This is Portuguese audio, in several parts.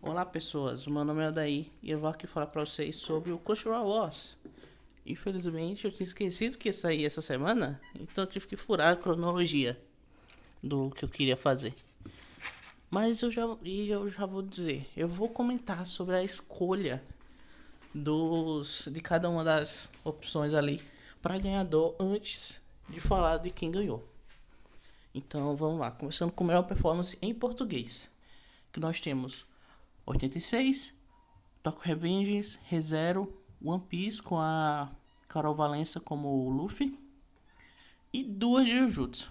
Olá pessoas, meu nome é Adair e eu vou aqui falar pra vocês sobre o Crunchyroll Wars. Infelizmente eu tinha esquecido que ia sair essa semana, então eu tive que furar a cronologia do que eu queria fazer. Mas eu já vou dizer, eu vou comentar sobre a escolha de cada uma das opções ali para ganhador antes de falar de quem ganhou. Então vamos lá, começando com a melhor performance em português, que nós temos 86, Tokyo Revengers, ReZero, One Piece com a Carol Valença como Luffy e duas de Jujutsu.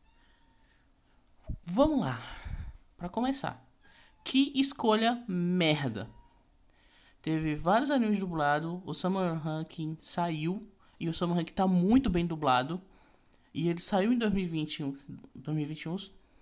Vamos lá, para começar. Que escolha merda. Teve vários animes dublados, o Summer Ranking saiu e o Summer Ranking tá muito bem dublado e ele saiu em 2021.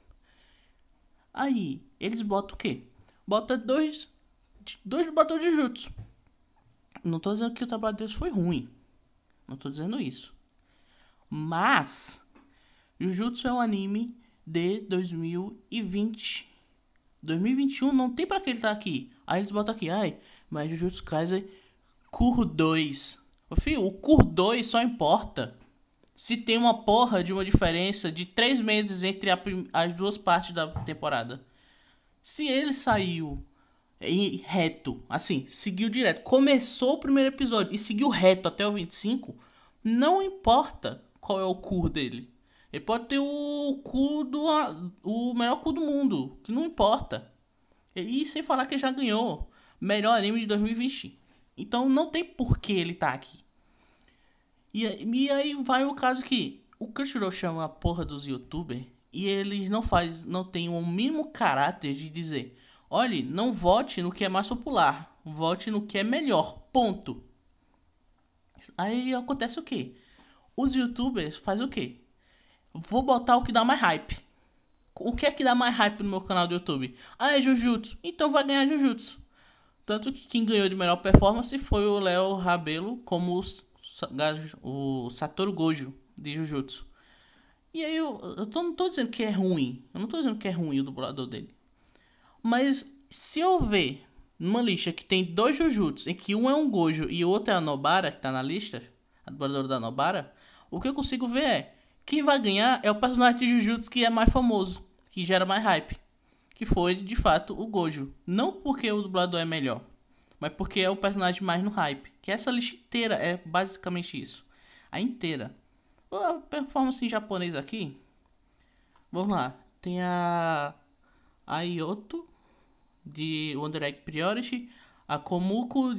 Aí, eles botam o quê? Bota dois dubladores de Jujutsu. Não tô dizendo que o trabalho deles foi ruim. Não tô dizendo isso. Mas Jujutsu é um anime de 2020. 2021 não tem pra que ele tá aqui. Aí eles botam aqui, mas Jujutsu Kaisen Cur 2. Filho, o Cur 2 só importa se tem uma porra de uma diferença de 3 meses entre as duas partes da temporada. Se ele saiu reto, assim, seguiu direto, começou o primeiro episódio e seguiu reto até o 25, não importa qual é o cu dele. Ele pode ter o melhor cu do mundo, que não importa. E sem falar que ele já ganhou melhor anime de 2020. Então não tem por que ele tá aqui. E aí vai o caso que o Crunchyroll chama a porra dos youtubers e eles não tem o mínimo caráter de dizer: olhe, não vote no que é mais popular, vote no que é melhor, ponto. Aí acontece o quê? Os youtubers fazem o quê? Vou botar o que dá mais hype. O que é que dá mais hype no meu canal do YouTube? É Jujutsu. Então vai ganhar Jujutsu. Tanto que quem ganhou de melhor performance foi o Léo Rabelo como o Satoru Gojo de Jujutsu. E aí não tô dizendo que é ruim. Eu não tô dizendo que é ruim o dublador dele. Mas se eu ver numa lista que tem dois Jujutsu, em que um é um Gojo e o outro é a Nobara, que tá na lista, a dubladora da Nobara, o que eu consigo ver é quem vai ganhar é o personagem de Jujutsu que é mais famoso, que gera mais hype, que foi de fato o Gojo. Não porque o dublador é melhor, mas porque é o personagem mais no hype. Que essa lista inteira é basicamente isso. A inteira. A performance em japonês aqui. Vamos lá. Tem a Ayoto de Wonder Egg Priority, a Komuko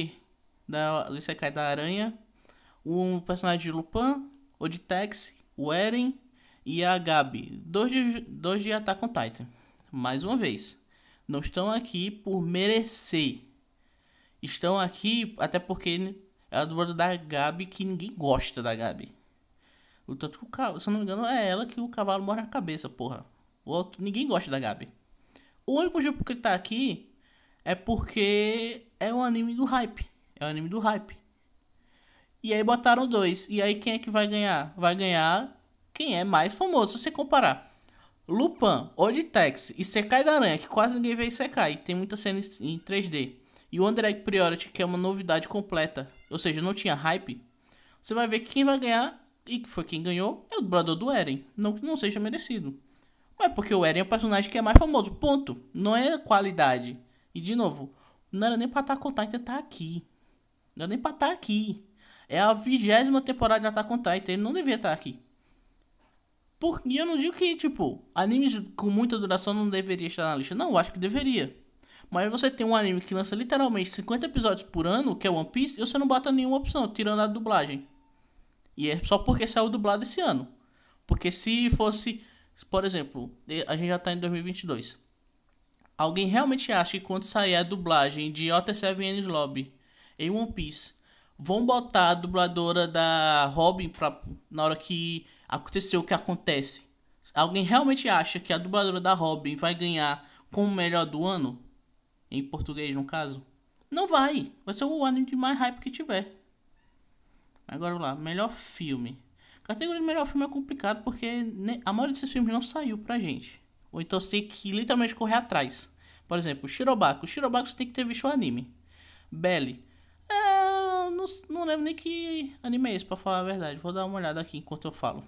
da Isekai da Aranha, um personagem de Lupin, o de Tex, o Eren e a Gabi, dois de Attack on Titan. Mais uma vez, não estão aqui por merecer. Estão aqui até porque é a dubladora da Gabi que ninguém gosta da Gabi. O tanto que se eu não me engano é ela que o cavalo morre na cabeça, porra. O outro, ninguém gosta da Gabi. O único motivo que ele tá aqui é porque é um anime do hype. É um anime do hype. E aí botaram dois. E aí quem é que vai ganhar? Vai ganhar quem é mais famoso. Se você comparar Lupin, Oditex e Sekai da Aranha, que quase ninguém vê Sekai, tem muita cena em 3D. E o Wonder Egg Priority, que é uma novidade completa. Ou seja, não tinha hype. Você vai ver que quem vai ganhar, e que foi quem ganhou, é o dublador do Eren. Não que não seja merecido. Mas porque o Eren é o personagem que é mais famoso. Ponto. Não é qualidade. E de novo, não era nem pra Attack on Titan estar aqui. Não era nem pra estar aqui. É a 20ª temporada de Attack on Titan. Ele não devia estar aqui. Porque eu não digo que, tipo, animes com muita duração não deveria estar na lista. Não, eu acho que deveria. Mas você tem um anime que lança literalmente 50 episódios por ano, que é One Piece, e você não bota nenhuma opção, tirando a dublagem. E é só porque saiu dublado esse ano. Porque se fosse, por exemplo, a gente já tá em 2022. Alguém realmente acha que quando sair a dublagem de OT7 Enies Lobby em One Piece, vão botar a dubladora da Robin na hora que aconteceu o que acontece? Alguém realmente acha que a dubladora da Robin vai ganhar como melhor do ano? Em português, no caso? Não vai. Vai ser o anime de mais hype que tiver. Agora vamos lá. Melhor filme. A categoria de melhor filme é complicado porque a maioria desses filmes não saiu pra gente. Ou então você tem que literalmente correr atrás. Por exemplo, Shirobako. Shirobako você tem que ter visto o anime. Belly. Não lembro nem que anime é esse, pra falar a verdade. Vou dar uma olhada aqui enquanto eu falo.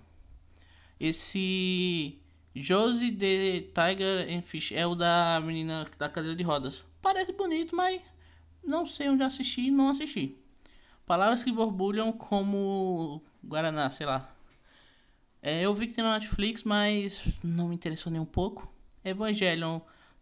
Esse Josie the Tiger and Fish é o da menina da cadeira de rodas. Parece bonito, mas não sei onde assistir e não assisti. Palavras que borbulham como Guaraná, sei lá. Eu vi que tem na Netflix, mas não me interessou nem um pouco. Evangelion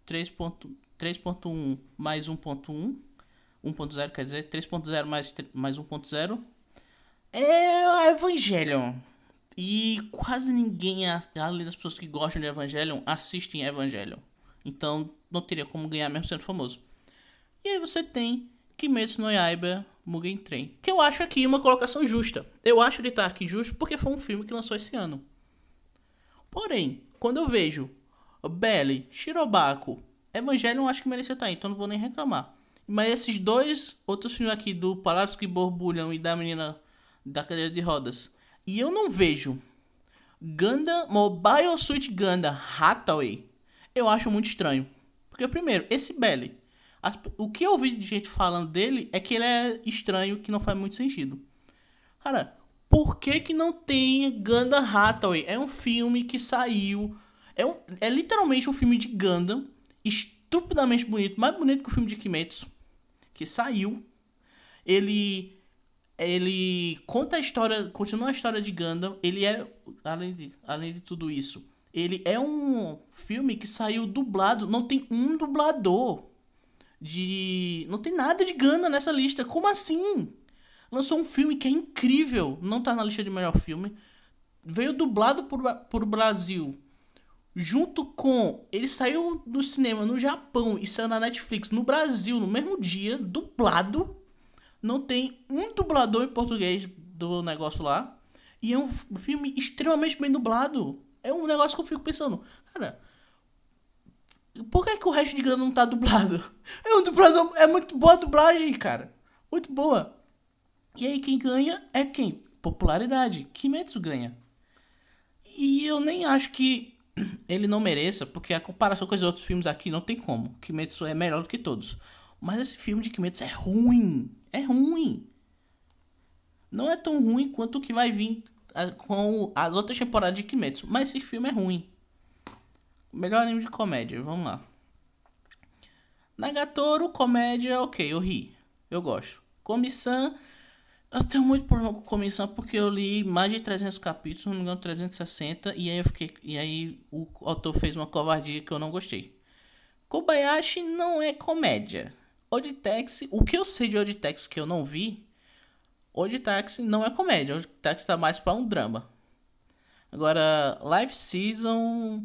3.1 mais 1.1. 1.0 quer dizer, 3.0 mais 1.0. É Evangelion. E quase ninguém, além das pessoas que gostam de Evangelion, assistem Evangelion. Então não teria como ganhar mesmo sendo famoso. E aí você tem Kimetsu no Yaiba Mugen Train, que eu acho aqui uma colocação justa. Eu acho ele estar aqui justo porque foi um filme que lançou esse ano. Porém, quando eu vejo Belly, Shirobako, Evangelion, eu acho que merecia estar aí, então não vou nem reclamar. Mas esses dois outros filmes aqui, do Palácio que Borbulham e da menina da cadeira de rodas, e eu não vejo Gundam Mobile Suit Gundam Hathaway, eu acho muito estranho. Porque, primeiro, esse Belly, o que eu ouvi de gente falando dele é que ele é estranho, que não faz muito sentido. Cara, por que não tem Gundam Hathaway? É um filme que saiu. É literalmente um filme de Gundam, estupidamente bonito, mais bonito que o filme de Kimetsu, que saiu. Ele conta a história, continua a história de Gundam. Ele é, além de tudo isso, ele é um filme que saiu dublado. Não tem um dublador não tem nada de Gundam nessa lista. Como assim? Lançou um filme que é incrível, não tá na lista de melhor filme. Veio dublado por Brasil. Junto com... Ele saiu do cinema no Japão e saiu na Netflix no Brasil no mesmo dia, dublado. Não tem um dublador em português do negócio lá. E é um filme extremamente bem dublado. É um negócio que eu fico pensando, cara, por que o resto de Gundam não tá dublado? É um dublador, é muito boa a dublagem, cara. Muito boa. E aí quem ganha é quem? Popularidade. Kimetsu ganha. E eu nem acho que ele não mereça, porque a comparação com os outros filmes aqui não tem como. Kimetsu é melhor do que todos. Mas esse filme de Kimetsu é ruim. É ruim. Não é tão ruim quanto o que vai vir com as outras temporadas de Kimetsu. Mas esse filme é ruim. Melhor anime de comédia, vamos lá. Nagatoro, comédia, ok, eu ri. Eu gosto. Komi-san, eu tenho muito problema com Komi-san porque eu li mais de 300 capítulos, não me engano 360, e aí o autor fez uma covardia que eu não gostei. Kobayashi não é comédia. Oditex, o que eu sei de Oditex que eu não vi, Oditex não é comédia, Oditex tá mais para um drama. Agora, Life Season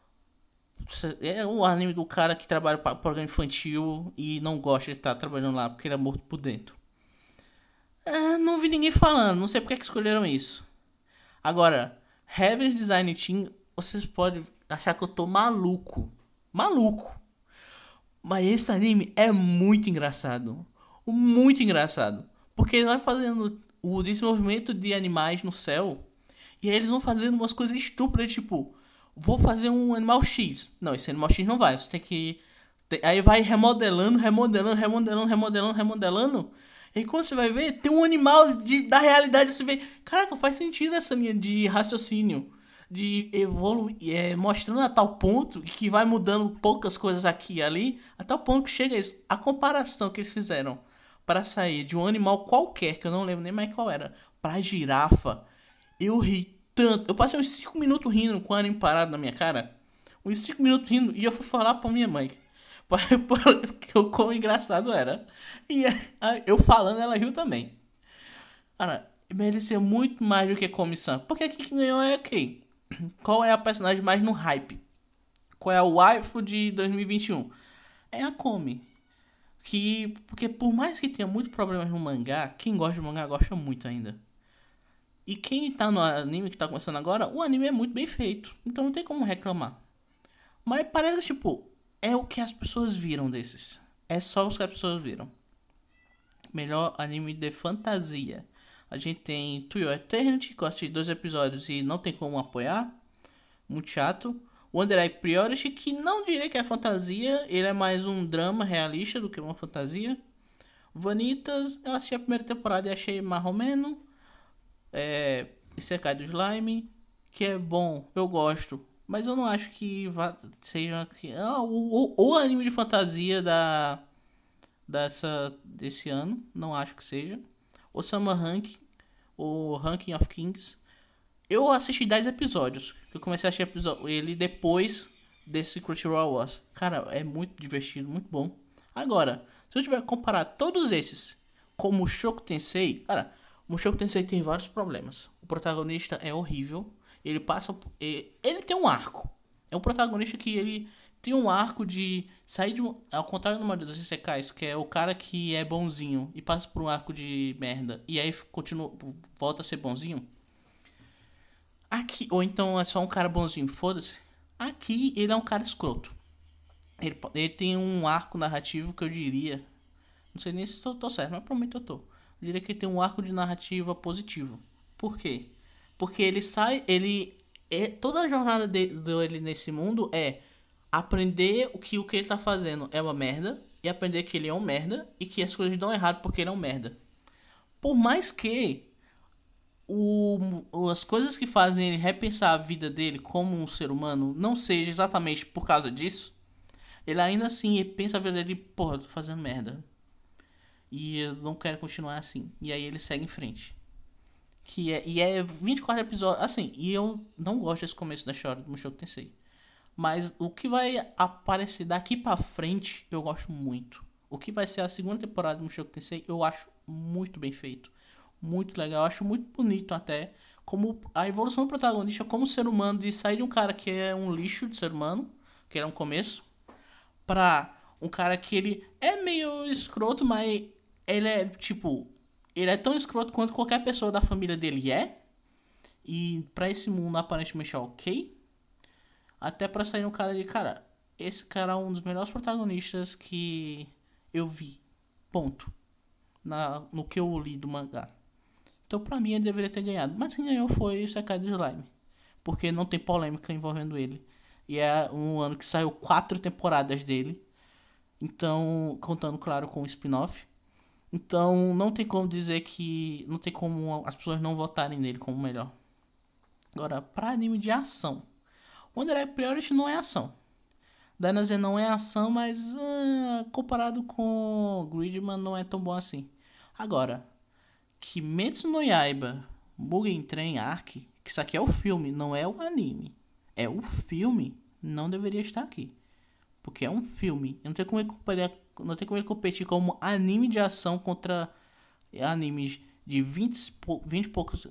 é o anime do cara que trabalha para programa infantil e não gosta de estar trabalhando lá porque ele é morto por dentro. Não vi ninguém falando, não sei porque que escolheram isso. Agora, Heaven's Design Team, vocês podem achar que eu tô maluco. Maluco. Mas esse anime é muito engraçado. Muito engraçado. Porque ele vai fazendo o desenvolvimento de animais no céu. E aí eles vão fazendo umas coisas estúpidas, tipo, vou fazer um animal X. Não, esse animal X não vai. Você tem que. Aí vai remodelando. E quando você vai ver, tem um animal da realidade. Você vê, caraca, faz sentido essa linha de raciocínio. De evoluir, mostrando a tal ponto que vai mudando poucas coisas aqui e ali. A tal ponto que chega a comparação que eles fizeram para sair de um animal qualquer, que eu não lembro nem mais qual era, pra girafa. Eu ri tanto. Eu passei uns 5 minutos rindo com o anime parado na minha cara. Uns 5 minutos rindo. E eu fui falar pra minha mãe. O quão engraçado era. E eu falando, ela riu também. Cara, merecia muito mais do que Komi-san. Porque aqui quem ganhou é quem? Qual é a personagem mais no hype? Qual é a waifu de 2021? É a Komi. Porque por mais que tenha muitos problemas no mangá, quem gosta de mangá gosta muito ainda. E quem tá no anime que tá começando agora, o anime é muito bem feito. Então não tem como reclamar. Mas parece tipo, é o que as pessoas viram desses. É só os que as pessoas viram. Melhor anime de fantasia. A gente tem To Your Eternity, que eu assisti 2 episódios e não tem como apoiar. Muito chato. Wonder Egg Priority, que não diria que é fantasia, ele é mais um drama realista do que uma fantasia. Vanitas, eu assisti a primeira temporada e achei marromeno. Isekai do Slime, que é bom, eu gosto. Mas eu não acho que seja o anime de fantasia desse ano. Não acho que seja. O Summer Ranking, o Ranking of Kings. Eu assisti 10 episódios. Eu comecei a assistir ele depois desse Crunchyroll Awards. Cara, é muito divertido, muito bom. Agora, se eu tiver que comparar todos esses com o Mushoku Tensei, cara, o Mushoku Tensei tem vários problemas. O protagonista é horrível. Ele passa. Ele tem um arco. É um protagonista que ele tem um arco de sair de um. Ao contrário do maioria dos Isekais, que é o cara que é bonzinho e passa por um arco de merda. E aí continua, volta a ser bonzinho. Aqui, ou então é só um cara bonzinho, foda-se. Aqui ele é um cara escroto. Ele tem um arco narrativo que eu diria. Não sei nem se tô certo, mas provavelmente eu tô. Eu diria que ele tem um arco de narrativa positivo. Por quê? Porque ele sai. Toda a jornada dele nesse mundo é aprender o que ele tá fazendo é uma merda. E aprender que ele é um merda. E que as coisas dão errado porque ele é um merda. Por mais que as coisas que fazem ele repensar a vida dele como um ser humano não seja exatamente por causa disso, ele ainda assim pensa a vida dele, porra, eu tô fazendo merda. E eu não quero continuar assim. E aí ele segue em frente. E é 24 episódios. Assim, e eu não gosto desse começo da história do Mushoku Tensei. Mas o que vai aparecer daqui pra frente, eu gosto muito. O que vai ser a segunda temporada do Mushoku Tensei, eu acho muito bem feito. Muito legal, eu acho muito bonito até. Como a evolução do protagonista como ser humano, de sair de um cara que é um lixo de ser humano, que era um começo, pra um cara que ele é meio escroto, mas ele é tipo. Ele é tão escroto quanto qualquer pessoa da família dele é. E pra esse mundo aparentemente é ok. Até pra sair um cara de. Cara, esse cara é um dos melhores protagonistas que eu vi. Ponto. No que eu li do mangá. Então pra mim ele deveria ter ganhado. Mas quem ganhou foi o Sekai do Slime. Porque não tem polêmica envolvendo ele. E é um ano que saiu 4 temporadas dele. Então, contando, claro, com o spin-off. Então, não tem como dizer que. Não tem como as pessoas não votarem nele como o melhor. Agora, pra anime de ação. Wonder Egg Priority não é ação. Dynasty não é ação, mas comparado com Gridman não é tão bom assim. Agora, Kimetsu no Yaiba, Mugen Train Arc, que isso aqui é o filme, não é o anime. É o filme, não deveria estar aqui. Porque é um filme. Não tem como ele competir como anime de ação contra animes de 20 poucos,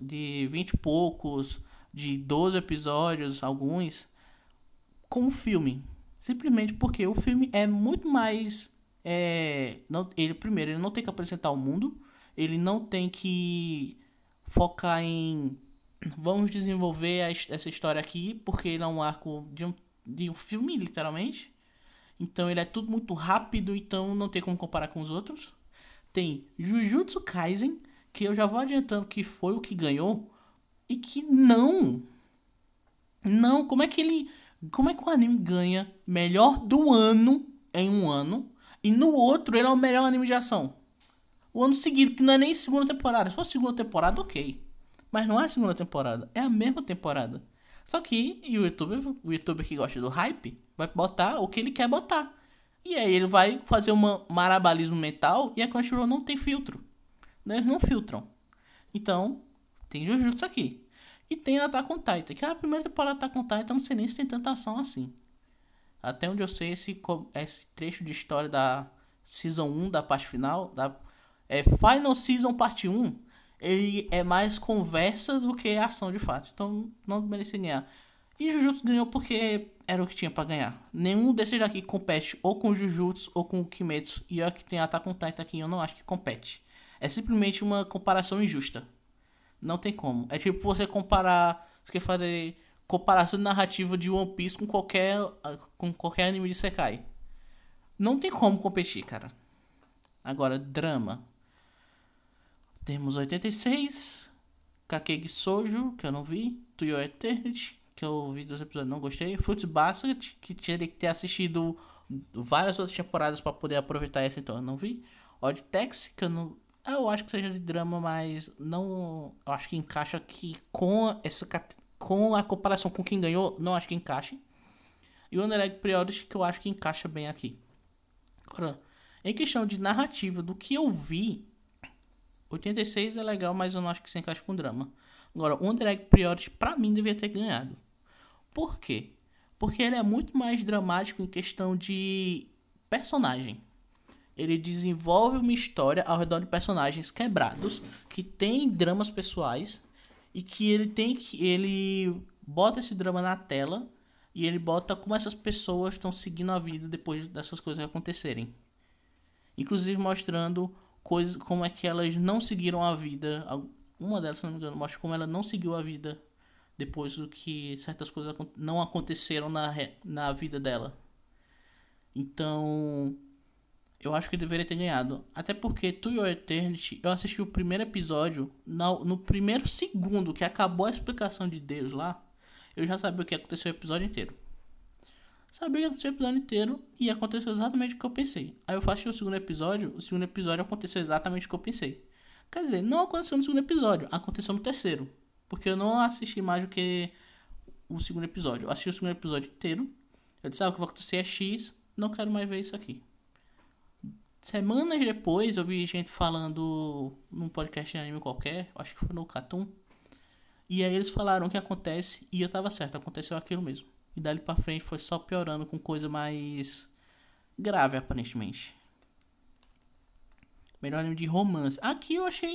de 12 episódios, alguns, com um filme. Simplesmente porque o filme é muito mais. Primeiro, ele não tem que apresentar o mundo. Ele não tem que focar em. Vamos desenvolver essa história aqui, porque ele é um arco de um filme, literalmente. Então ele é tudo muito rápido, então não tem como comparar com os outros. Tem Jujutsu Kaisen, que eu já vou adiantando que foi o que ganhou. E que não. Não, como é que o anime ganha melhor do ano em um ano e no outro ele é o melhor anime de ação? O ano seguinte, que não é nem segunda temporada. Se for segunda temporada, ok. Mas não é a segunda temporada, é a mesma temporada. Só que o youtuber que gosta do hype vai botar o que ele quer botar. E aí ele vai fazer um marabalismo mental e a Crunchyroll não tem filtro. Eles não filtram. Então, tem Jujutsu aqui. E tem Attack on Titan, que é a primeira temporada de Attack on Titan, não sei nem se tem tanta ação assim. Até onde eu sei, esse trecho de história da Season 1, da parte final, Final Season Parte 1, ele é mais conversa do que ação de fato. Então não merecia ganhar. E Jujutsu ganhou porque era o que tinha pra ganhar. Nenhum desses daqui compete ou com Jujutsu ou com o Kimetsu. E olha que tem Attack on Titan aqui, eu não acho que compete. É simplesmente uma comparação injusta. Não tem como. É tipo você comparar. Você quer fazer comparação de narrativa de One Piece com qualquer anime de Sekai. Não tem como competir, cara. Agora, drama. Temos 86. Kakegi Shoujo, que eu não vi. To Your Eternity, que eu vi 2 episódios e não gostei. Fruits Basket, que tinha que ter assistido várias outras temporadas pra poder aproveitar essa, então eu não vi. Odd Taxi, que eu não... Eu acho que seja de drama, mas não... Eu acho que encaixa aqui com essa... Com a comparação com quem ganhou, não acho que encaixe. E o Under Egg Priority, que eu acho que encaixa bem aqui. Agora, em questão de narrativa, do que eu vi, 86 é legal, mas eu não acho que se encaixa com drama. Agora, o Under Egg Priority, pra mim, devia ter ganhado. Por quê? Porque ele é muito mais dramático em questão de personagem. Ele desenvolve uma história ao redor de personagens quebrados, que tem dramas pessoais, e que ele bota esse drama na tela, e ele bota como essas pessoas estão seguindo a vida depois dessas coisas acontecerem. Inclusive mostrando coisas, como é que elas não seguiram a vida. Uma delas, se não me engano, mostra como ela não seguiu a vida depois do que certas coisas não aconteceram na vida dela. Então, eu acho que deveria ter ganhado. Até porque To Your Eternity, eu assisti o primeiro episódio, no primeiro segundo que acabou a explicação de Deus lá, eu já sabia o que aconteceu o episódio inteiro. Sabia o que aconteceu o episódio inteiro e aconteceu exatamente o que eu pensei. Aí eu faço o segundo episódio aconteceu exatamente o que eu pensei. Quer dizer, não aconteceu no segundo episódio, aconteceu no terceiro. Porque eu não assisti mais do que o segundo episódio. Eu assisti o segundo episódio inteiro. Eu disse, o que vai acontecer é X, não quero mais ver isso aqui. Semanas depois eu vi gente falando num podcast de anime qualquer, acho que foi no Cartoon. E aí eles falaram o que acontece e eu tava certo, aconteceu aquilo mesmo. E dali pra frente foi só piorando com coisa mais grave aparentemente. Melhor anime de romance. Aqui eu achei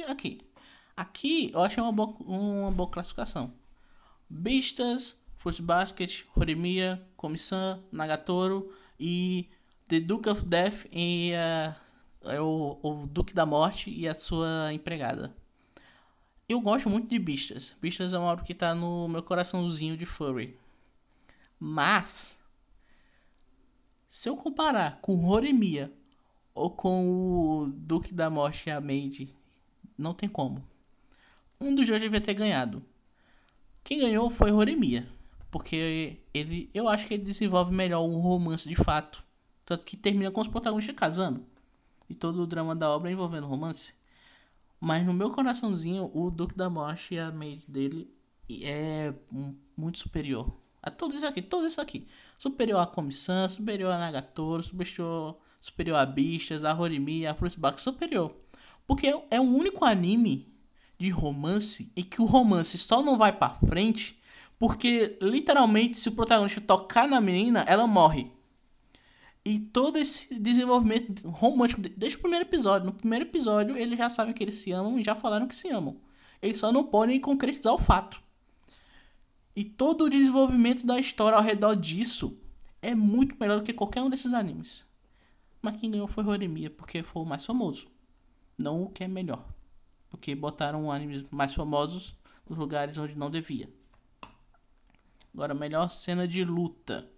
uma boa classificação. Beastas, Fruits Basket, Horimiya, Komi-san, Nagatoro e The Duke of Death e o Duque da Morte e a sua empregada. Eu gosto muito de Beastas. Beastas é uma obra que tá no meu coraçãozinho de furry. Mas, se eu comparar com Horimiya ou com o Duque da Morte e a Maid, não tem como. Um dos dois devia ter ganhado. Quem ganhou foi Horimiya. Porque eu acho que ele desenvolve melhor o romance de fato. Tanto que termina com os protagonistas casando. E todo o drama da obra envolvendo romance. Mas no meu coraçãozinho, o Duque da Morte e a maid dele é muito superior. A tudo isso aqui. Superior a Komi-san, superior a Nagatoro, superior a Beastas, a Horimiya, a Fruits Basket, superior. Porque é o único anime de romance em que o romance só não vai pra frente porque, literalmente, se o protagonista tocar na menina, ela morre. E todo esse desenvolvimento romântico, desde o primeiro episódio. No primeiro episódio, eles já sabem que eles se amam e já falaram que se amam. Eles só não podem concretizar o fato. E todo o desenvolvimento da história ao redor disso é muito melhor do que qualquer um desses animes. Mas quem ganhou foi Horimiya, porque foi o mais famoso. Não o que é melhor. Porque botaram animes mais famosos nos lugares onde não devia. Agora, melhor cena de luta.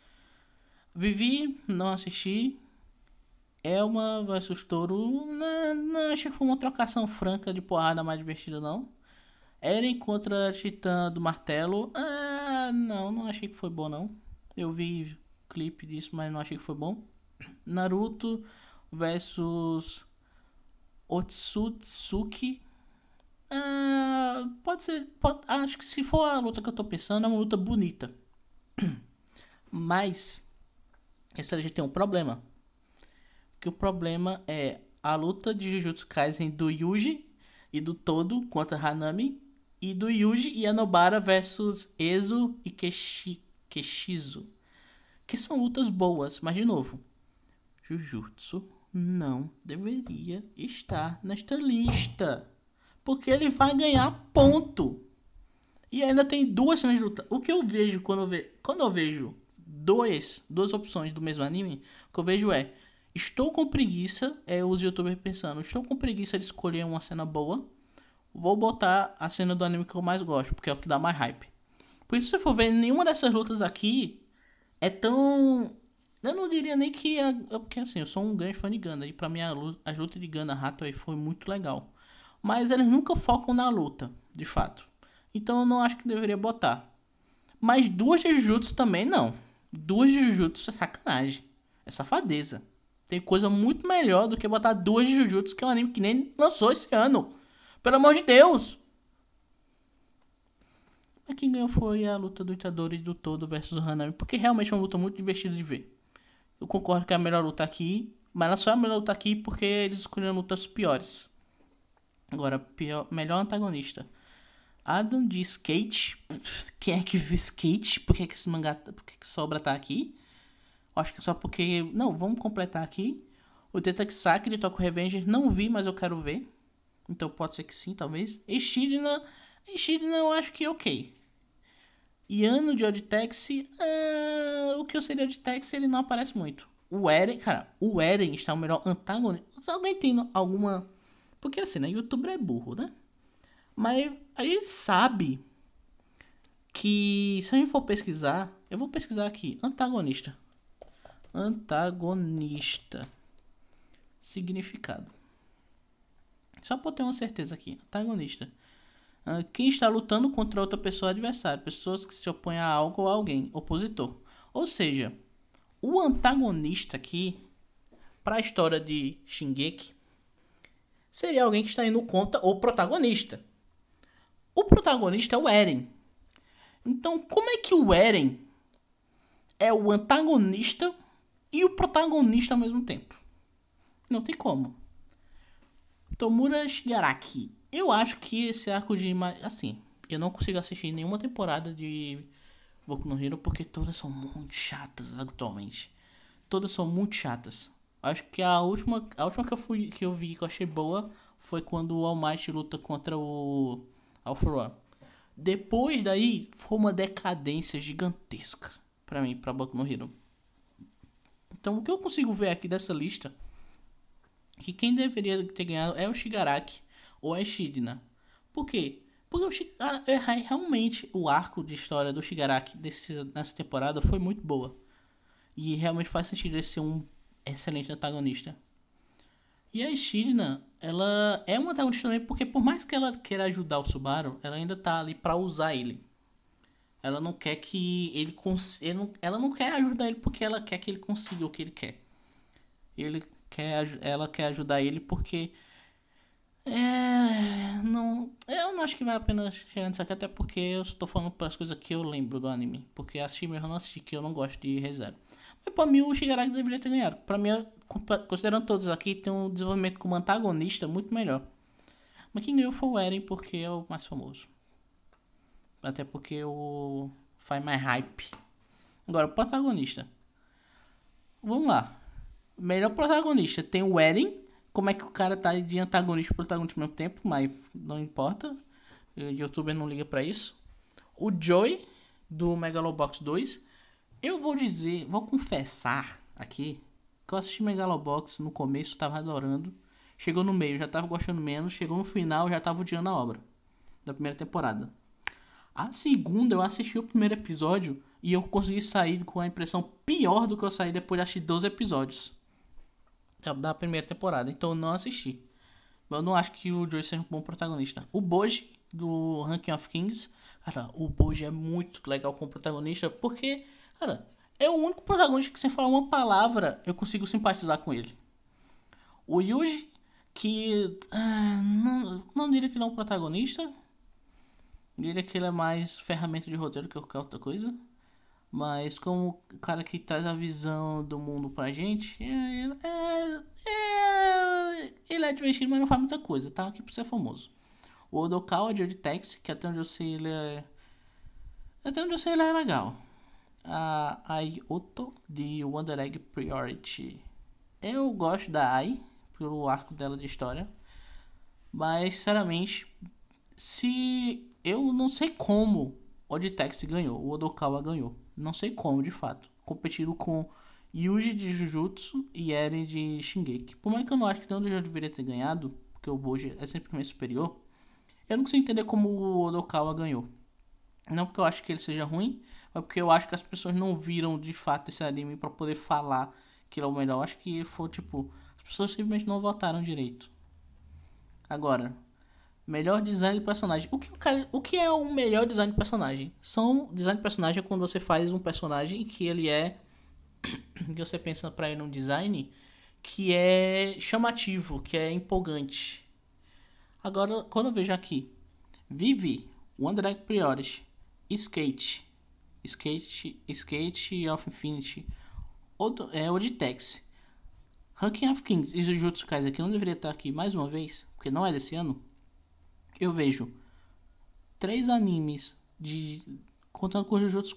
Vivi, não assisti. Elma vs Toru. Não achei que foi uma trocação franca de porrada mais divertida, não. Eren contra a Titã do Martelo. Não achei que foi bom, não. Eu vi clipe disso, mas não achei que foi bom. Naruto versus Otsutsuki. Pode ser. Acho que se for a luta que eu tô pensando, é uma luta bonita. Mas essa gente tem um problema. Que o problema é a luta de Jujutsu Kaisen do Yuji e do Todo contra Hanami. E do Yuji e Anobara versus Ezo e Keshizo. Que são lutas boas, mas de novo, Jujutsu não deveria estar nesta lista. Porque ele vai ganhar ponto. E ainda tem 2 cenas de luta. O que eu vejo quando eu vejo duas opções do mesmo anime, o que eu vejo é: estou com preguiça, os youtubers pensando, estou com preguiça de escolher uma cena boa, vou botar a cena do anime que eu mais gosto, porque é o que dá mais hype. Por isso, se você for ver, nenhuma dessas lutas aqui é tão... Eu não diria nem que... Porque assim, eu sou um grande fã de Gundam, e pra mim as lutas de Gundam Hathaway foi muito legal. Mas eles nunca focam na luta, de fato. Então eu não acho que deveria botar. Mas duas de Jujutsu também não. Duas de Jujutsu é sacanagem. É safadeza. Tem coisa muito melhor do que botar duas de Jujutsu, que é um anime que nem lançou esse ano. Pelo amor de Deus! Mas quem ganhou foi a luta do Itadori e do Todo versus o Hanami. Porque realmente é uma luta muito divertida de ver. Eu concordo que é a melhor luta aqui. Mas ela só é a melhor luta aqui porque eles escolheram lutas piores. Agora, melhor antagonista. Adam de Skate. Quem é que viu Skate? Por que esse mangá. Por que essa obra tá aqui? Acho que é só porque. Não, vamos completar aqui. O Tetaksaki de Tokyo Revenger. Não vi, mas eu quero ver. Então pode ser que sim, talvez. Echidna eu acho que ok. Yano de Odd Taxi. O que eu sei de Odd Taxi ele não aparece muito. O Eren. Cara, o Eren está o melhor antagonista. Se alguém tem alguma. Porque assim, né? Youtuber é burro, né? Mas a gente sabe que se a gente for pesquisar, eu vou pesquisar aqui, antagonista. Antagonista. Significado. Só pra eu ter uma certeza aqui. Antagonista. Quem está lutando contra outra pessoa adversária. Pessoas que se opõem a algo ou a alguém. Opositor. Ou seja, o antagonista aqui, para a história de Shingeki, seria alguém que está indo contra o protagonista. O protagonista é o Eren. Então, como é que o Eren é o antagonista e o protagonista ao mesmo tempo? Não tem como. Tomura Shigaraki. Eu acho que esse arco de... Assim, eu não consigo assistir nenhuma temporada de Boku no Hero porque todas são muito chatas atualmente. Todas são muito chatas. Acho que a última que eu vi que eu achei boa foi quando o All Might luta contra o Alpha One. Depois daí, foi uma decadência gigantesca pra mim, pra Boku no Hero. Então, o que eu consigo ver aqui dessa lista, que quem deveria ter ganhado é o Shigaraki ou a Echidna. Por quê? Porque realmente o arco de história do Shigaraki nessa temporada foi muito boa. E realmente faz sentido ele ser um excelente antagonista. E a Echidna, ela é uma antagonista também porque por mais que ela queira ajudar o Subaru, ela ainda tá ali pra usar ele. Ela não quer que ele consiga. Ela não quer ajudar ele porque ela quer que ele consiga o que ele quer. Ela quer ajudar ele porque. Não, eu não acho que vale a pena chegar nisso aqui, até porque eu só tô falando para as coisas que eu lembro do anime. Porque assistir mesmo eu não assisti, que eu não gosto de ReZero. Mas pra mim o Shigaraki deveria ter ganhado. Pra mim, considerando todos aqui, tem um desenvolvimento como antagonista muito melhor. Mas quem ganhou foi o Eren porque é o mais famoso. Até porque o faz mais hype. Agora, o protagonista. Vamos lá. Melhor protagonista tem o Eren. Como é que o cara tá de antagonista e protagonista ao mesmo tempo, mas não importa. O youtuber não liga pra isso. O Joy, do Megalobox 2. Eu vou confessar aqui que eu assisti Megalobox no começo, tava adorando. Chegou no meio, já tava gostando menos. Chegou no final, já tava odiando a obra da primeira temporada. A segunda, eu assisti o primeiro episódio e eu consegui sair com a impressão pior do que eu saí depois de assistir 12 episódios da primeira temporada. Então eu não assisti. Eu não acho que o Joey seja um bom protagonista. O Boji, do Ranking of Kings. Cara, o Boji é muito legal como protagonista. Porque, cara, é o único protagonista que sem falar uma palavra eu consigo simpatizar com ele. O Yuji, que... não diria que não é um protagonista. Diria que ele é mais ferramenta de roteiro que qualquer outra coisa. Mas como o cara que traz a visão do mundo pra gente, ele é divertido, mas não faz muita coisa, tá? Aqui pra ser famoso. O Odokawa de Taxi, que até onde eu sei ele é... Até onde eu sei ele é legal. A Ai Oto de Wonder Egg Priority. Eu gosto da Ai, pelo arco dela de história. Mas, sinceramente, se... Eu não sei como o Oditex ganhou, o Odokawa ganhou. Não sei como, de fato. Competindo com Yuji de Jujutsu e Eren de Shingeki. Por mais que eu não acho que nenhum já deveria ter ganhado, porque o Boji é sempre mais superior, eu não consigo entender como o Odokawa ganhou. Não porque eu acho que ele seja ruim, mas porque eu acho que as pessoas não viram de fato esse anime pra poder falar que ele é o melhor. Eu acho que foi tipo... As pessoas simplesmente não votaram direito. Agora, Melhor design de personagem. O que é um melhor design de personagem? Design de personagem é quando você faz um personagem que ele é... que você pensa pra ele um design que é chamativo, que é empolgante. Agora, quando eu vejo aqui, Vivi, One Direct Priority, Skate of Infinity, Oditex, Ranking of Kings e Jujutsu Kaisen, que não deveria estar aqui mais uma vez, porque não é desse ano. Eu vejo 3 animes de... contando com Jujutsu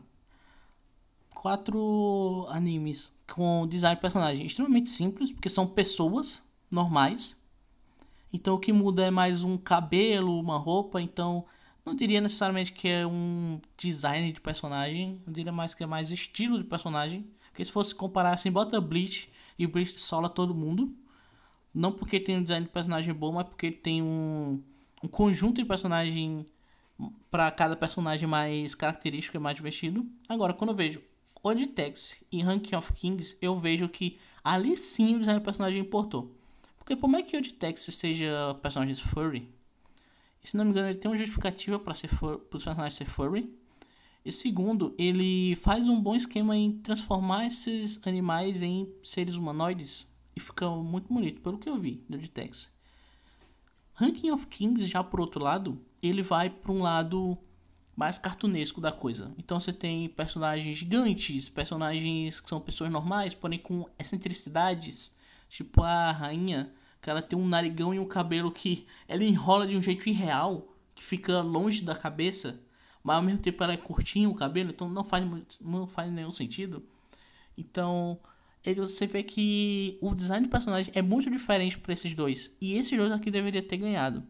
4 animes com design de personagem extremamente simples, porque são pessoas normais. Então o que muda é mais um cabelo, uma roupa. Então não diria necessariamente que é um design de personagem. Eu diria mais que é mais estilo de personagem. Porque se fosse comparar assim, bota Bleach e Bleach sola todo mundo. Não porque tem um design de personagem bom, mas porque tem um conjunto de personagem para cada personagem mais característico e mais divertido. Agora, quando eu vejo Oditex e Ranking of Kings, eu vejo que ali sim o design do personagem importou. Porque por mais que Oditex seja personagens furry, e se não me engano ele tem uma justificativa para os personagens ser furry. E segundo, ele faz um bom esquema em transformar esses animais em seres humanoides. E fica muito bonito, pelo que eu vi do Oditex. Ranking of Kings, já por outro lado, ele vai para um lado mais cartunesco da coisa. Então você tem personagens gigantes, personagens que são pessoas normais, porém com excentricidades, tipo a rainha, que ela tem um narigão e um cabelo que ela enrola de um jeito irreal, que fica longe da cabeça, mas ao mesmo tempo ela é curtinho o cabelo, então não faz nenhum sentido. Então, você vê que o design de personagem é muito diferente para esses dois. E esses dois aqui deveria ter ganhado.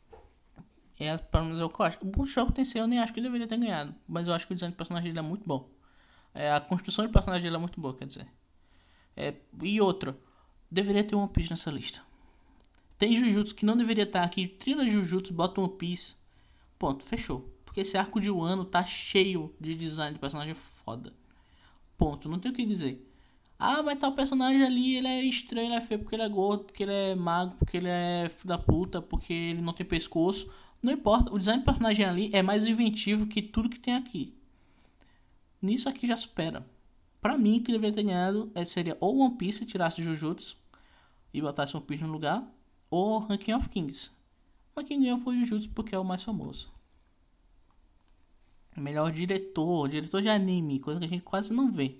Pelo menos é o que eu acho. O Mushoku Tensei eu nem acho que ele deveria ter ganhado. Mas eu acho que o design de personagem dele é muito bom. A construção de personagem dele é muito boa, quer dizer. E outra, deveria ter One Piece nessa lista. Tem Jujutsu que não deveria estar aqui. Tira Jujutsu, bota One Piece. Ponto, fechou. Porque esse arco de Wano tá cheio de design de personagem foda. Ponto, não tem o que dizer. Ah, mas tal personagem ali, ele é estranho, ele é feio porque ele é gordo, porque ele é magro, porque ele é filho da puta, porque ele não tem pescoço. Não importa, o design do personagem ali é mais inventivo que tudo que tem aqui. Nisso aqui já supera. Pra mim, o que deveria ter ganhado seria ou One Piece, tirasse Jujutsu e botasse One Piece no lugar, ou Ranking of Kings. Mas quem ganhou foi Jujutsu porque é o mais famoso. Melhor diretor de anime, coisa que a gente quase não vê.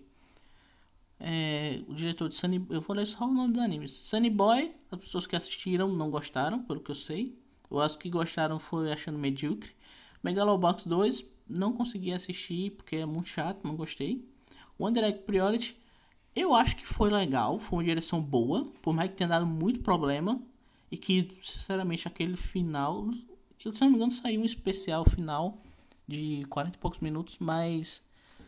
O diretor de Sunny... Eu vou ler só o nome dos animes. Sunny Boy, as pessoas que assistiram não gostaram, pelo que eu sei. Eu acho que gostaram foi achando medíocre. Megalobox 2, não consegui assistir porque é muito chato, não gostei. One Direct Priority, eu acho que foi legal, foi uma direção boa, por mais que tenha dado muito problema. E que, sinceramente, aquele final... Eu, se não me engano, saiu um especial final de 40 e poucos minutos, mas...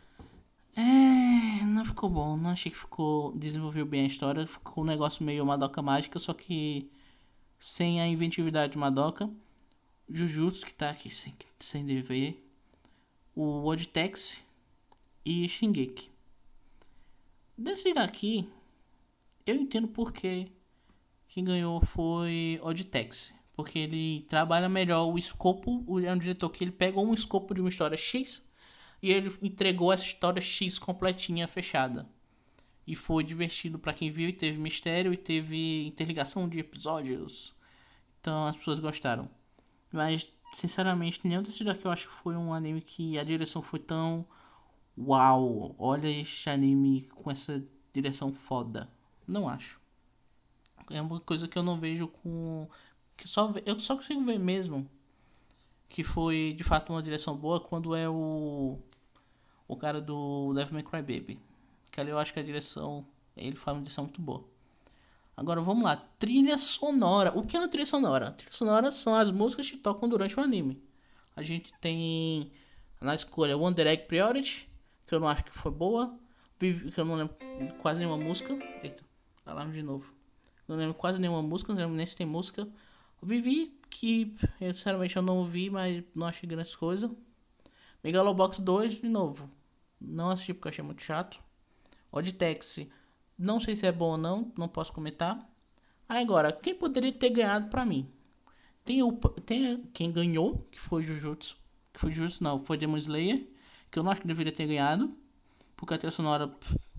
não ficou bom, não achei que desenvolveu bem a história, ficou um negócio meio Madoka Mágica, só que sem a inventividade de Madoka. Jujutsu, que tá aqui sem dever, o Oditex e Shingeki. Desse daqui, eu entendo porque quem ganhou foi Oditex, porque ele trabalha melhor o escopo, é um diretor que ele pegou um escopo de uma história X e ele entregou essa história X completinha, fechada. E foi divertido pra quem viu, e teve mistério, e teve interligação de episódios. Então as pessoas gostaram. Mas, sinceramente, nenhum desses daqui eu acho que foi um anime que a direção foi tão... Uau, olha este anime com essa direção foda. Não acho. É uma coisa que eu não vejo com... eu só consigo ver mesmo que foi de fato uma direção boa quando é o cara do Devil May Cry Baby. Que ali eu acho que a direção... ele faz uma direção muito boa. Agora vamos lá, trilha sonora. O que é uma trilha sonora? Trilha sonora são as músicas que tocam durante o anime. A gente tem na escolha One Direct Priority, que eu não acho que foi boa. Que eu não lembro quase nenhuma música. Eita, alarme de novo. Não lembro quase nenhuma música, não lembro nem se tem música. Vivi, que eu, sinceramente eu não ouvi, mas não achei grandes coisas. Megalobox 2, de novo. Não assisti porque eu achei muito chato. Oditex, não sei se é bom ou não, não posso comentar. Agora, quem poderia ter ganhado pra mim? tem quem ganhou, que foi Jujutsu. Que foi Jujutsu não, foi Demon Slayer. Que eu não acho que deveria ter ganhado. Porque a trilha sonora...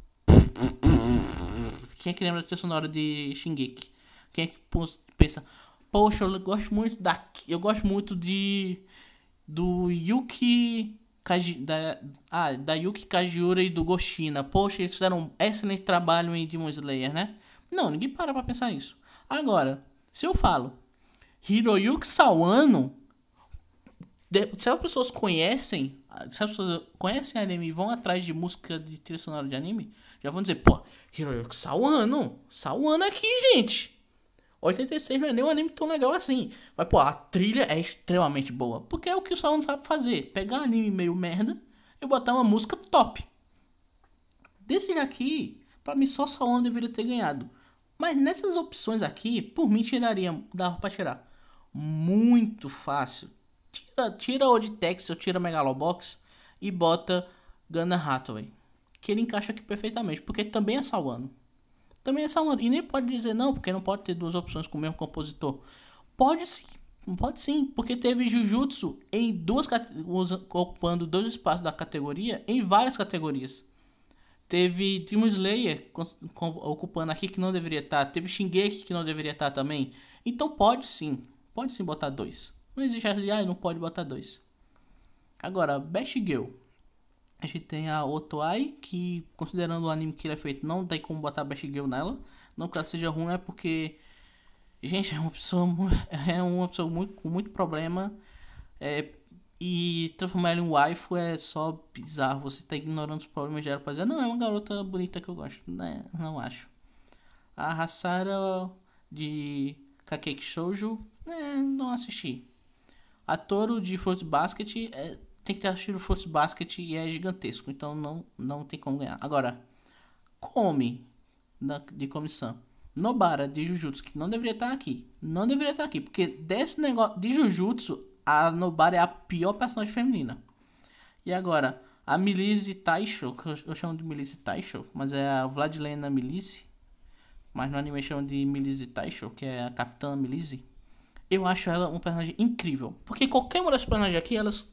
Quem é que lembra da trilha sonora de Shingeki? Quem é que pensa... Poxa, eu gosto muito do Yuki da Yuki Kajiura e do Goshina. Poxa, eles fizeram um excelente trabalho em Demon Slayer, né? Não, ninguém para pra pensar nisso. Agora, se eu falo Hiroyuki Sawano, se as pessoas conhecem anime e vão atrás de música de trilha sonora de anime, já vão dizer, pô, Hiroyuki Sawano aqui, gente. 86 não é nem um anime tão legal assim. Mas, pô, a trilha é extremamente boa. Porque é o que o Sawano sabe fazer. Pegar um anime meio merda e botar uma música top. Desse aqui, pra mim só Sawano deveria ter ganhado. Mas nessas opções aqui, por mim dava pra tirar. Muito fácil. Tira o Oditex ou tira Megalobox e bota Gunnar Hathaway. Que ele encaixa aqui perfeitamente. Porque também é Sawano. Também é Sawano. E nem pode dizer não, porque não pode ter duas opções com o mesmo compositor. Pode sim, porque teve Jujutsu em ocupando dois espaços da categoria em várias categorias. Teve Demon Slayer ocupando aqui que não deveria estar. Teve Shingeki que não deveria estar também. Então pode sim botar dois. Não existe essa de, não pode botar dois. Agora, Best Girl. A gente tem a Otoai, que considerando o anime que ele é feito, não tem como botar Best Girl nela. Não que ela seja ruim, é porque... Gente, é uma pessoa com muito problema. E transformar ela em waifu é só bizarro. Você tá ignorando os problemas dela pra dizer, não, é uma garota bonita que eu gosto. Né? Não acho. A Hasara de Kakeki Shoujo, não assisti. A Toro de Fruits Basket... tem que ter assistido Fruits Basket e é gigantesco, então não tem como ganhar. Agora, de comissão. Nobara de Jujutsu, que não deveria estar aqui. Não deveria estar aqui, porque desse negócio de Jujutsu, a Nobara é a pior personagem feminina. E agora, a Milise Taisho, que eu chamo de Milise Taisho, mas é a Vladilena Milise, mas no anime chamam de Milise Taisho, que é a Capitã Milise. Eu acho ela um personagem incrível, porque qualquer uma das personagens aqui, elas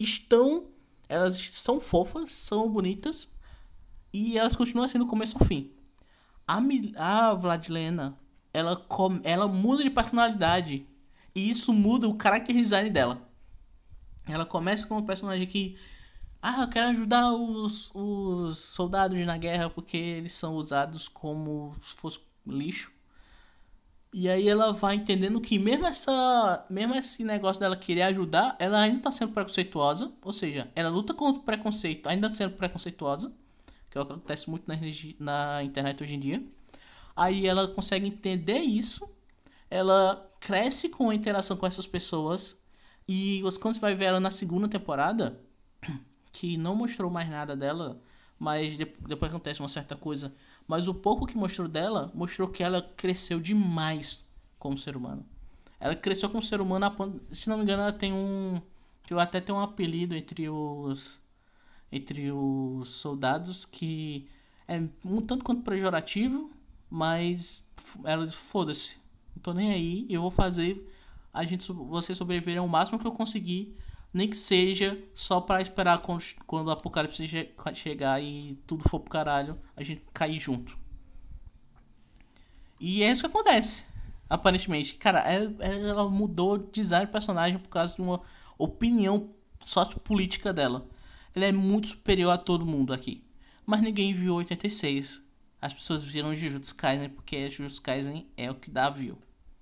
são fofas, são bonitas e elas continuam assim do começo ao fim. A Vladilena, ela muda de personalidade e isso muda o character design dela. Ela começa com um personagem que eu quero ajudar os soldados na guerra porque eles são usados como se fosse lixo. E aí ela vai entendendo que mesmo esse negócio dela querer ajudar, ela ainda está sendo preconceituosa. Ou seja, ela luta contra o preconceito, ainda sendo preconceituosa. Que é o que acontece muito na internet hoje em dia. Aí ela consegue entender isso. Ela cresce com a interação com essas pessoas. E quando você vai ver ela na segunda temporada, que não mostrou mais nada dela, mas depois acontece uma certa coisa. Mas o pouco que mostrou dela, mostrou que ela cresceu demais como ser humano. Ela cresceu como ser humano, se não me engano, ela tem que até tem um apelido entre os soldados que é um tanto quanto pejorativo, mas ela foda-se, não tô nem aí, eu vou fazer você sobreviver ao máximo que eu conseguir, nem que seja só pra esperar quando o apocalipse chegar e tudo for pro caralho, a gente cair junto. E é isso que acontece, aparentemente. Cara, ela mudou o design do personagem por causa de uma opinião sociopolítica dela. Ela é muito superior a todo mundo aqui. Mas ninguém viu 86. As pessoas viram Jujutsu Kaisen porque Jujutsu Kaisen é o que dá view.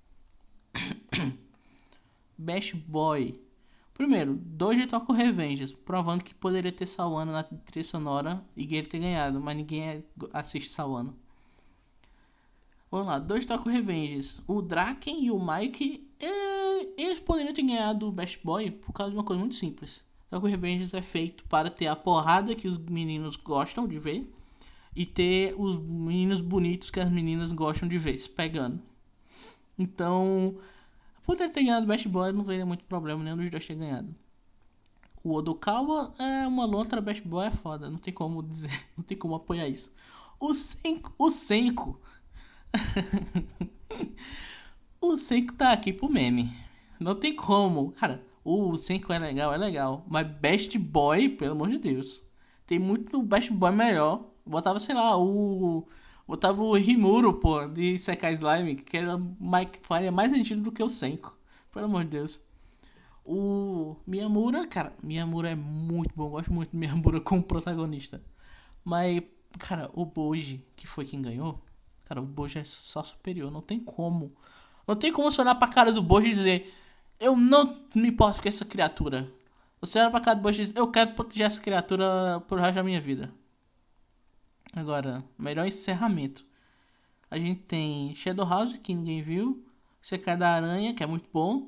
Best Boy. Primeiro, Doji Tokyo Revengers, provando que poderia ter Sawano na trilha sonora e ele ter ganhado, mas ninguém assiste Sawano. Vamos lá, Doji Tokyo Revengers. O Draken e o Mike, eles poderiam ter ganhado o Best Boy por causa de uma coisa muito simples. Tokyo Revengers é feito para ter a porrada que os meninos gostam de ver e ter os meninos bonitos que as meninas gostam de ver se pegando. Então, poderia ter ganhado o Best Boy, não veria muito problema nenhum dos dois ter ganhado. O Odokawa é uma lontra, Best Boy é foda, não tem como dizer, não tem como apoiar isso. O Senko o Senko tá aqui pro meme. Não tem como. Cara, o Senku é legal. Mas Best Boy, pelo amor de Deus. Tem muito Best Boy melhor. Botava, sei lá, o. Botava o Rimuro, pô, de Sekai Slime, que era faria mais sentido do que o Senku. Pelo amor de Deus. O Miyamura, cara, Miyamura é muito bom. Eu gosto muito de Miyamura como protagonista. Mas, cara, o Boji, que foi quem ganhou, cara, o Boji é só superior. Não tem como. Não tem como você olhar pra cara do Boji e dizer: eu não me importo com essa criatura. Você olha pra cara do Boji e diz: eu quero proteger essa criatura pro resto da minha vida. Agora, melhor encerramento. A gente tem Shadow House, que ninguém viu. Sekai da Aranha, que é muito bom.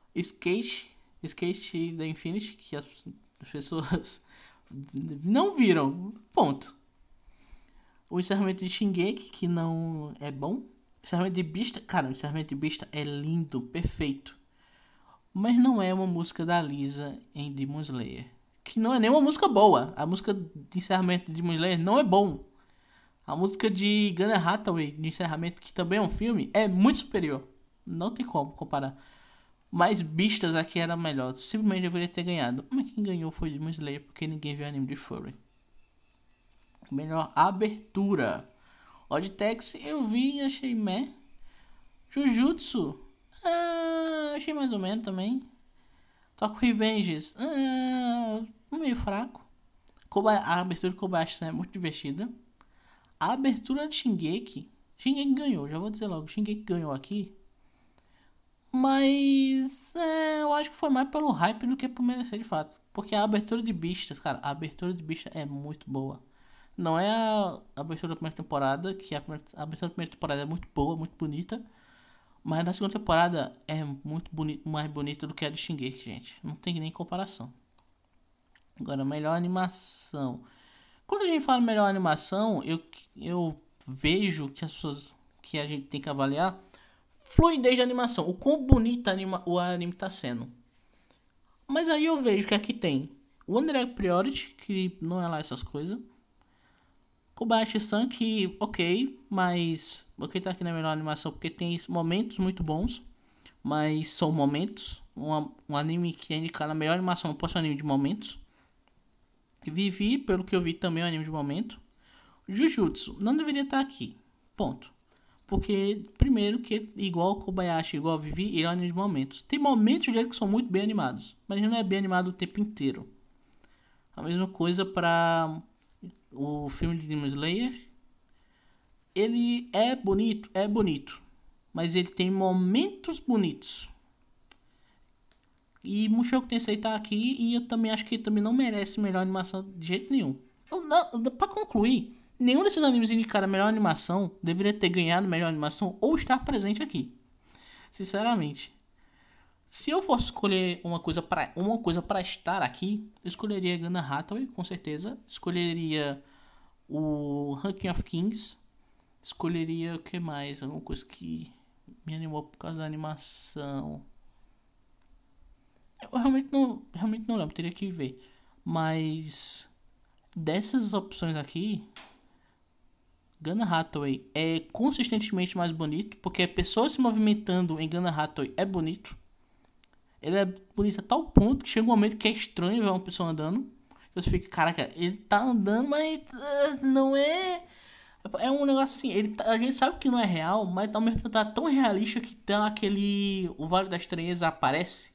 Skate da Infinity, que as pessoas não viram. Ponto. O encerramento de Shingeki, que não é bom. O encerramento de Bista, cara, o encerramento de Bista é lindo, perfeito. Mas não é uma música da Lisa em Demon Slayer. Que não é nem uma música boa. A música de encerramento de Demon Slayer não é bom. A música de Gunnar Hathaway, de encerramento, que também é um filme, é muito superior. Não tem como comparar. Mas Beastars aqui era melhor. Simplesmente deveria ter ganhado. Mas quem ganhou foi Demon Slayer, porque ninguém viu anime de Furry. Melhor abertura. Odd Taxi eu vi e achei meh. Jujutsu, achei mais ou menos também. Tokyo Revenges, meio fraco. A abertura de Kobayashi é muito divertida. A abertura de Shingeki ganhou, já vou dizer logo. Shingeki ganhou aqui. Mas eu acho que foi mais pelo hype do que por merecer de fato. Porque a abertura de Beastars, cara, a abertura de Beastars é muito boa. Não é a abertura da primeira temporada, que a abertura da primeira temporada é muito boa, muito bonita. Mas na segunda temporada é muito mais bonita do que a de Shingeki, gente. Não tem nem comparação. Agora, melhor animação. Quando a gente fala melhor animação, eu vejo que as pessoas que a gente tem que avaliar fluidez de animação, o quão bonita o anime tá sendo. Mas aí eu vejo que aqui tem One Direct Priority, que não é lá essas coisas. Kobayashi-san, que ok, mas ok, tá aqui na melhor animação porque tem momentos muito bons, mas são momentos. Um anime que é indicado na melhor animação não pode ser um anime de momentos. Vivi, pelo que eu vi, também é um anime de momento. Jujutsu não deveria estar aqui, ponto. Porque, primeiro, que igual Kobayashi, igual Vivi, ele é um anime de momentos. Tem momentos dele que são muito bem animados, mas ele não é bem animado o tempo inteiro. A mesma coisa para o filme de Demon Slayer. Ele é bonito, mas ele tem momentos bonitos. E Mushoku Tensei tá aqui e eu também acho que ele também não merece melhor animação de jeito nenhum. Pra concluir, nenhum desses animes indicaram a melhor animação deveria ter ganhado melhor animação ou estar presente aqui. Sinceramente. Se eu fosse escolher uma coisa para estar aqui, eu escolheria Gunnar Hathaway, com certeza. Escolheria o Ranking of Kings. Escolheria o que mais? Alguma coisa que me animou por causa da animação. Eu realmente não lembro, teria que ver. Mas dessas opções aqui, Gunnar Hathaway é consistentemente mais bonito, porque a pessoa se movimentando em Gunnar Hathaway é bonito. Ele é bonito a tal ponto que chega um momento que é estranho ver uma pessoa andando. Você fica, caraca, ele tá andando, mas não é. É um negócio assim, a gente sabe que não é real, mas ao mesmo tempo tá tão realista que tem aquele. O Vale das Estranhas aparece.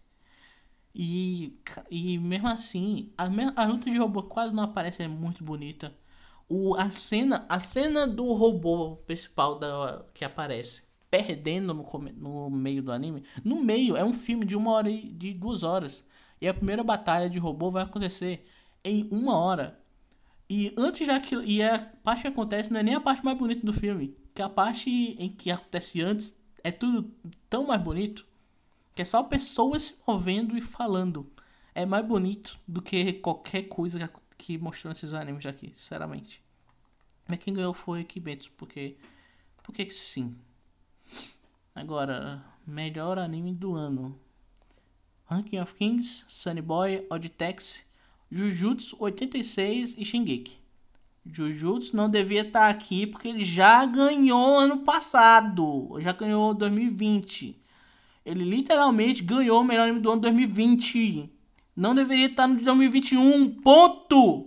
E mesmo assim, a luta de robô quase não aparece, é muito bonita. A cena do robô principal que aparece perdendo no meio do anime. No meio é um filme de 1 hora e de 2 horas. E a primeira batalha de robô vai acontecer em 1 hora. E antes e a parte que acontece não é nem a parte mais bonita do filme. Que a parte em que acontece antes é tudo tão mais bonito. Que é só pessoas se movendo e falando. É mais bonito do que qualquer coisa que mostrou nesses animes aqui, sinceramente. Mas quem ganhou foi Kimetsu, porque que sim. Agora, melhor anime do ano. Ranking of Kings, Sunny Boy, Odd Taxi, Jujutsu 86 e Shingeki. Jujutsu não devia estar aqui porque ele já ganhou ano passado. Já ganhou 2020. Ele literalmente ganhou o melhor anime do ano 2020. Não deveria estar no de 2021. Ponto!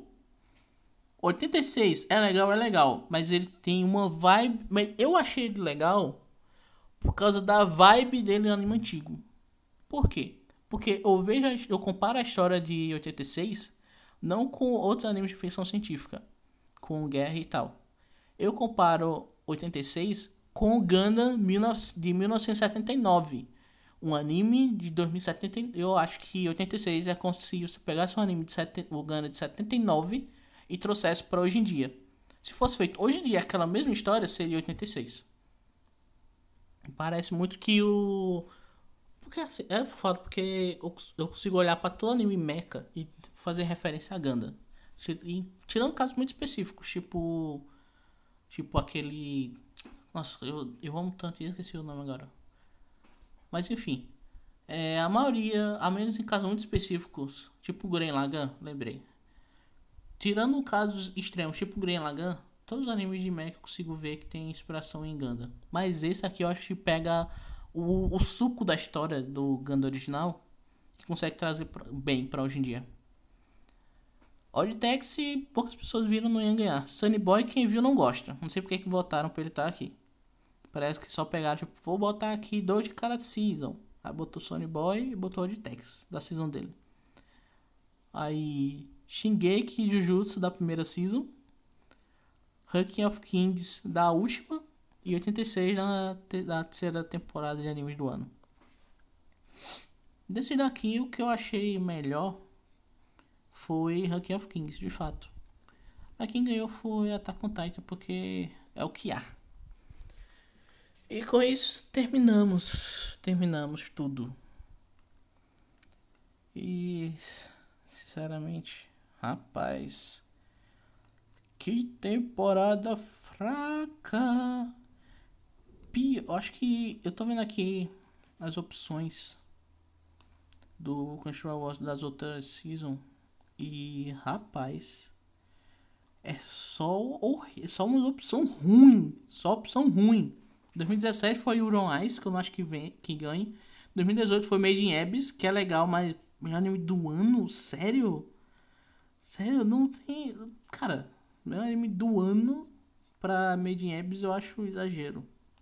86 é legal. Mas ele tem uma vibe. Mas eu achei ele legal por causa da vibe dele no anime antigo. Por quê? Porque eu comparo a história de 86 não com outros animes de ficção científica, com guerra e tal. Eu comparo 86 com o Gundam de 1979. Um anime de 2070. Eu acho que 86 é como se você pegasse um anime o Gundam de 79 e trouxesse para hoje em dia. Se fosse feito hoje em dia aquela mesma história, seria 86. Parece muito que o. Porque assim, é foda, porque eu consigo olhar pra todo anime mecha e fazer referência a Gundam. E, tirando casos muito específicos, tipo. Tipo aquele. Nossa, eu amo tanto e esqueci o nome agora. Mas enfim. A maioria, a menos em casos muito específicos, tipo Gurren Lagann, lembrei. Tirando casos extremos, tipo Gurren Lagann, todos os animes de mecha eu consigo ver que tem inspiração em Gundam. Mas esse aqui eu acho que pega o suco da história do Gundam original e consegue trazer bem pra hoje em dia. Odd Taxi, poucas pessoas viram, não ia ganhar. Sunny Boy, quem viu não gosta. Não sei porque que votaram pra ele estar aqui. Parece que só pegaram, tipo, vou botar aqui 2 de cada season. Aí botou Sunny Boy e botou Odd Taxi da season dele. Aí Shingeki Jujutsu da primeira season, Ranking of Kings da última e 86 da terceira temporada de animes do ano. Desse daqui, o que eu achei melhor foi Ranking of Kings, de fato. Mas quem ganhou foi Attack on Titan, porque é o que há. E com isso, terminamos tudo. E, sinceramente, rapaz, que temporada fraca. Acho que eu tô vendo aqui as opções do Crunchyroll das outras seasons e rapaz, é só uma opção ruim, só opção ruim. 2017 foi Euron Ice, que eu não acho que ganhe. 2018 foi Made in Abyss, que é legal, mas melhor anime do ano? Sério? Sério, não tem. Cara, melhor anime do ano pra Made in Abyss eu acho exagero.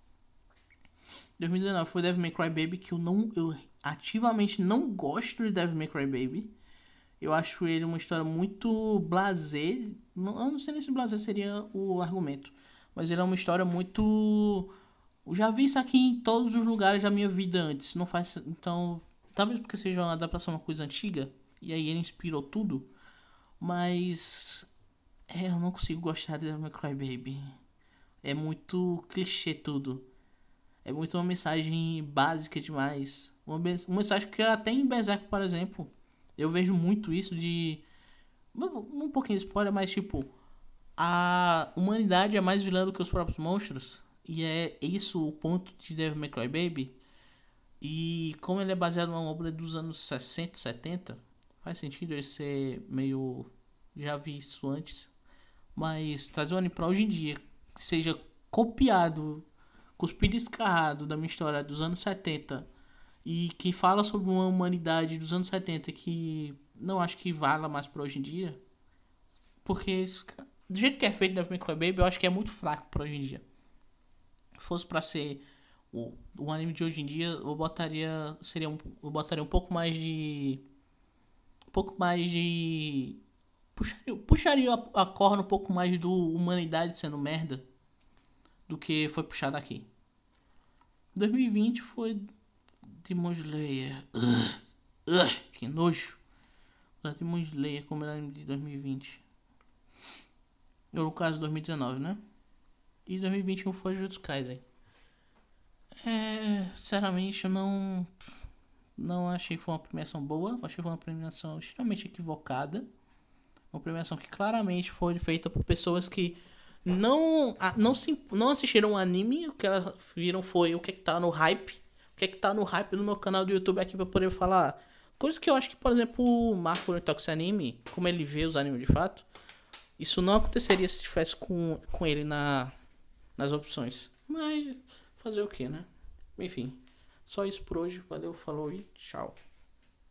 2019 foi Devil May Cry Baby, que eu ativamente não gosto de Devil May Cry Baby. Eu acho ele uma história muito blasé. Eu não sei nem se blasé seria o argumento, mas ele é uma história muito. Eu já vi isso aqui em todos os lugares da minha vida antes. Não faz. Então, talvez porque seja uma adaptação de uma coisa antiga e aí ele inspirou tudo, mas eu não consigo gostar de Devil May Cry Baby. É muito clichê tudo. É muito uma mensagem básica demais. Uma mensagem que até em Berserk, por exemplo, eu vejo muito isso de. Um pouquinho de spoiler, mas tipo. A humanidade é mais vilã do que os próprios monstros. E é isso o ponto de Devil May Cry Baby. E como ele é baseado numa obra dos anos 60, 70, faz sentido ele ser meio. Já vi isso antes. Mas trazer um anime pra hoje em dia, que seja copiado, cuspido e escarrado da minha história dos anos 70 e que fala sobre uma humanidade dos anos 70 que não acho que vala mais pra hoje em dia, porque do jeito que é feito Devil May Cry Baby, eu acho que é muito fraco pra hoje em dia. Se fosse pra ser o anime de hoje em dia, eu botaria um pouco mais de puxaria a corda um pouco mais do humanidade sendo merda do que foi puxado aqui. 2020 foi Demon Slayer. Que nojo. Demon Slayer como era de 2020. Ou no caso 2019, né? E 2021 foi Jujutsu Kaisen. Sinceramente eu não achei que foi uma premiação boa. Achei que foi uma premiação extremamente equivocada. Uma premiação que claramente foi feita por pessoas que não assistiram o anime. O que elas viram foi o que tá no hype. O que tá no hype no meu canal do YouTube aqui pra poder falar. Coisa que eu acho que, por exemplo, o Marco no Tox Anime, como ele vê os animes de fato, isso não aconteceria se tivesse com ele nas opções. Mas fazer o que, né? Enfim. Só isso por hoje. Valeu, falou e tchau.